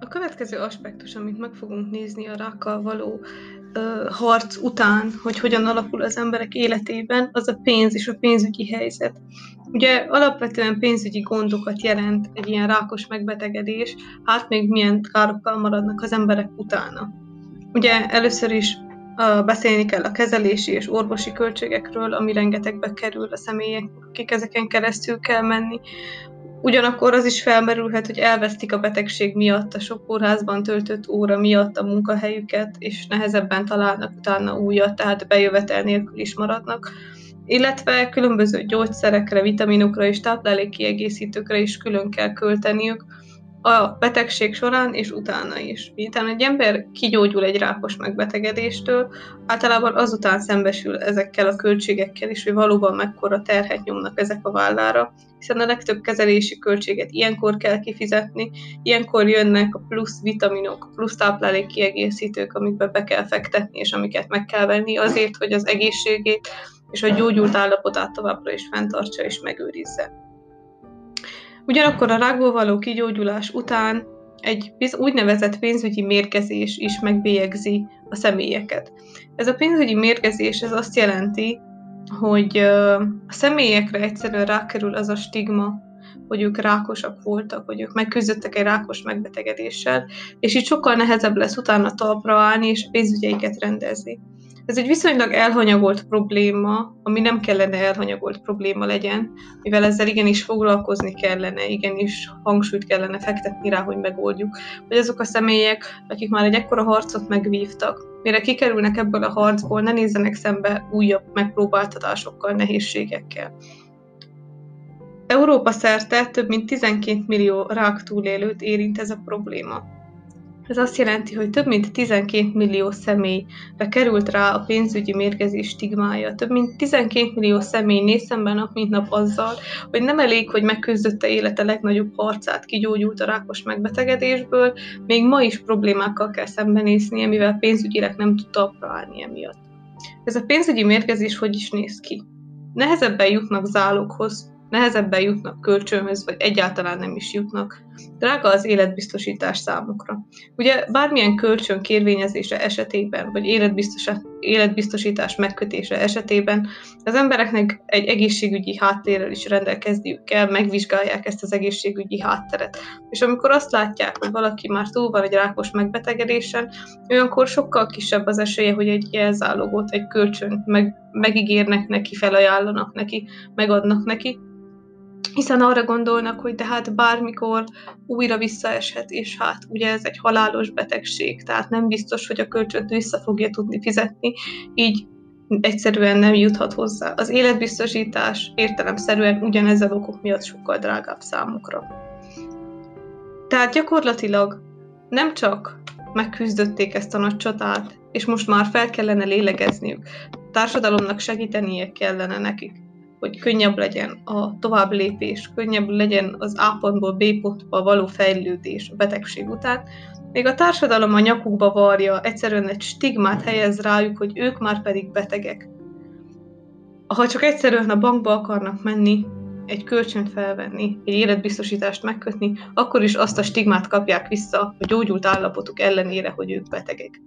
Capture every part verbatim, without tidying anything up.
A következő aspektus, amit meg fogunk nézni a rákkal való ö, harc után, hogy hogyan alakul az emberek életében, az a pénz és a pénzügyi helyzet. Ugye alapvetően pénzügyi gondokat jelent egy ilyen rákos megbetegedés, hát még milyen károkkal maradnak az emberek utána. Ugye először is uh, beszélni kell a kezelési és orvosi költségekről, ami rengetegbe kerül a személyek, akik ezeken keresztül kell menni. Ugyanakkor az is felmerülhet, hogy elvesztik a betegség miatt, a sok kórházban töltött óra miatt a munkahelyüket, és nehezebben találnak utána újat, tehát bejövetel nélkül is maradnak. Illetve különböző gyógyszerekre, vitaminokra és táplálékkiegészítőkre is külön kell költeniük a betegség során és utána is. Miután egy ember kigyógyul egy rákos megbetegedéstől, általában azután szembesül ezekkel a költségekkel is, hogy valóban mekkora terhet nyomnak ezek a vállára, hiszen a legtöbb kezelési költséget ilyenkor kell kifizetni, ilyenkor jönnek a plusz vitaminok, plusz táplálékkiegészítők, amikbe be kell fektetni, és amiket meg kell venni azért, hogy az egészségét és a gyógyult állapotát továbbra is fenntartsa és megőrizze. Ugyanakkor a rákból való kigyógyulás után egy úgynevezett pénzügyi mérgezés is megbélyegzi a személyeket. Ez a pénzügyi mérgezés ez azt jelenti, hogy a személyekre egyszerűen rákerül az a stigma, hogy ők rákosak voltak, hogy ők megküzdöttek egy rákos megbetegedéssel, és így sokkal nehezebb lesz utána talpra állni és pénzügyeiket rendezni. Ez egy viszonylag elhanyagolt probléma, ami nem kellene elhanyagolt probléma legyen, mivel ezzel igenis foglalkozni kellene, igenis hangsúlyt kellene fektetni rá, hogy megoldjuk. Hogy azok a személyek, akik már egy ekkora harcot megvívtak, mire kikerülnek ebből a harcból, ne nézzenek szembe újabb megpróbáltatásokkal, nehézségekkel. Európa szerte több mint tizenkét millió rák túlélőt érint ez a probléma. Ez azt jelenti, hogy több mint tizenkét millió személyre került rá a pénzügyi mérgezés stigmája. Több mint tizenkét millió személy néz szemben nap mint nap azzal, hogy nem elég, hogy megküzdötte élete legnagyobb harcát, kigyógyult a rákos megbetegedésből, még ma is problémákkal kell szembenéznie, mivel pénzügyileg nem tud talpra állni emiatt. Ez a pénzügyi mérgezés hogy is néz ki? Nehezebben jutnak záloghoz, nehezebben jutnak kölcsönhöz, vagy egyáltalán nem is jutnak. Drága az életbiztosítás számukra. Ugye bármilyen kölcsön kérvényezése esetében, vagy életbiztosítás megkötése esetében az embereknek egy egészségügyi háttérrel is rendelkezniük kell, megvizsgálják ezt az egészségügyi hátteret. És amikor azt látják, hogy valaki már túl van egy rákos megbetegedésen, olyankor sokkal kisebb az esélye, hogy egy jelzálogot, egy kölcsönt meg, megígérnek neki, felajánlanak neki, megadnak neki, hiszen arra gondolnak, hogy de hát bármikor újra visszaeshet, és hát ugye ez egy halálos betegség, tehát nem biztos, hogy a kölcsönt vissza fogja tudni fizetni, így egyszerűen nem juthat hozzá. Az életbiztosítás értelemszerűen ugyanezen okok miatt sokkal drágább számukra. Tehát gyakorlatilag nem csak megküzdötték ezt a nagy csatát, és most már fel kellene lélegezniük, a társadalomnak segítenie kellene nekik, hogy könnyebb legyen a továbblépés, könnyebb legyen az A pontból B pontba való fejlődés a betegség után. Még a társadalom a nyakukba varja, egyszerűen egy stigmát helyez rájuk, hogy ők már pedig betegek. Ha csak egyszerűen a bankba akarnak menni, egy kölcsönt felvenni, egy életbiztosítást megkötni, akkor is azt a stigmát kapják vissza a gyógyult állapotuk ellenére, hogy ők betegek.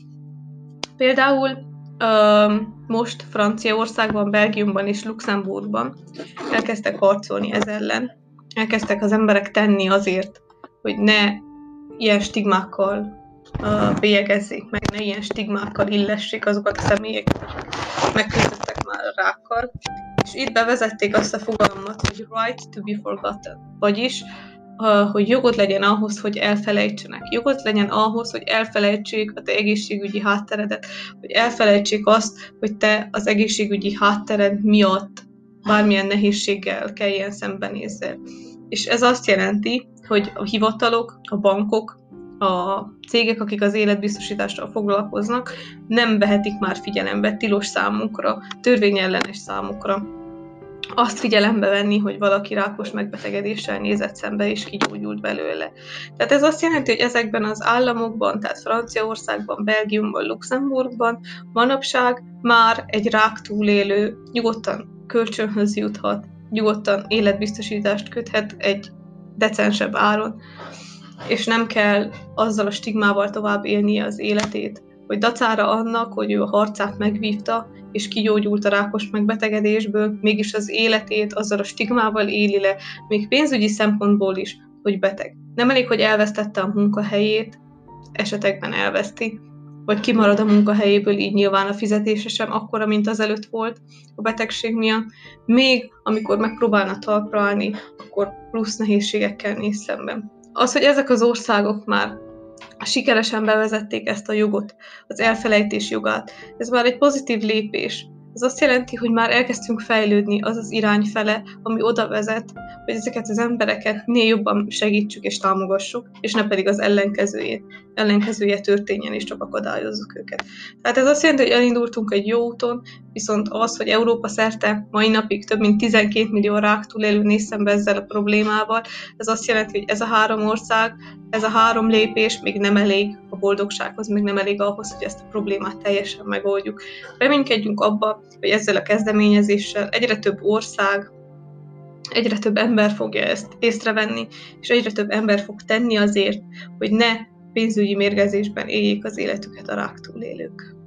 Például most Franciaországban, Belgiumban és Luxemburgban elkezdtek harcolni ez ellen. Elkezdtek az emberek tenni azért, hogy ne ilyen stigmákkal uh, bélyegezzék meg, ne ilyen stigmákkal illessék azokat a személyeket, akik megküzdöttek már a rákkal. És itt bevezették azt a fogalmat, hogy right to be forgotten, vagyis hogy jogod legyen ahhoz, hogy elfelejtsenek. Jogod legyen ahhoz, hogy elfelejtsék a te egészségügyi hátteredet, hogy elfelejtsék azt, hogy te az egészségügyi háttered miatt bármilyen nehézséggel kelljen szembenézzel. És ez azt jelenti, hogy a hivatalok, a bankok, a cégek, akik az életbiztosítással foglalkoznak, nem vehetik már figyelembe, tilos számukra, törvényellenes számukra azt figyelembe venni, hogy valaki rákos megbetegedéssel nézett szembe és kigyógyult belőle. Tehát ez azt jelenti, hogy ezekben az államokban, tehát Franciaországban, Belgiumban, Luxemburgban manapság már egy rák túlélő nyugodtan kölcsönhöz juthat, nyugodtan életbiztosítást köthet egy decensebb áron. és nem kell azzal a stigmával tovább élnie az életét, hogy dacára annak, hogy ő a harcát megvívta, és kigyógyult a rákos megbetegedésből, mégis az életét azzal a stigmával éli le, még pénzügyi szempontból is, hogy beteg. Nem elég, hogy elvesztette a munkahelyét, esetekben elveszti, vagy kimarad a munkahelyéből, így nyilván a fizetése sem akkora, mint az előtt volt a betegség miatt. Még amikor megpróbálna talpra állni, akkor plusz nehézségekkel néz szemben. Az, hogy ezek az országok már sikeresen bevezették ezt a jogot, az elfelejtés jogát, ez már egy pozitív lépés. Ez azt jelenti, hogy már elkezdtünk fejlődni az az irány fele, ami oda vezet, hogy ezeket az embereket minél jobban segítsük és támogassuk, és ne pedig az ellenkezőjét, ellenkezője történjen, és csak akadályozzuk őket. Tehát ez azt jelenti, hogy elindultunk egy jó úton, viszont az, hogy Európa szerte mai napig több mint tizenkét millió rák túlélő néz szembe ezzel a problémával, ez azt jelenti, hogy ez a három ország, ez a három lépés még nem elég a boldogsághoz, még nem elég ahhoz, hogy ezt a problémát teljesen megoldjuk. Reménykedjünk abba, hogy ezzel a kezdeményezéssel egyre több ország, egyre több ember fogja ezt észrevenni, és egyre több ember fog tenni azért, hogy ne pénzügyi mérgezésben éljék az életüket a rák túlélők.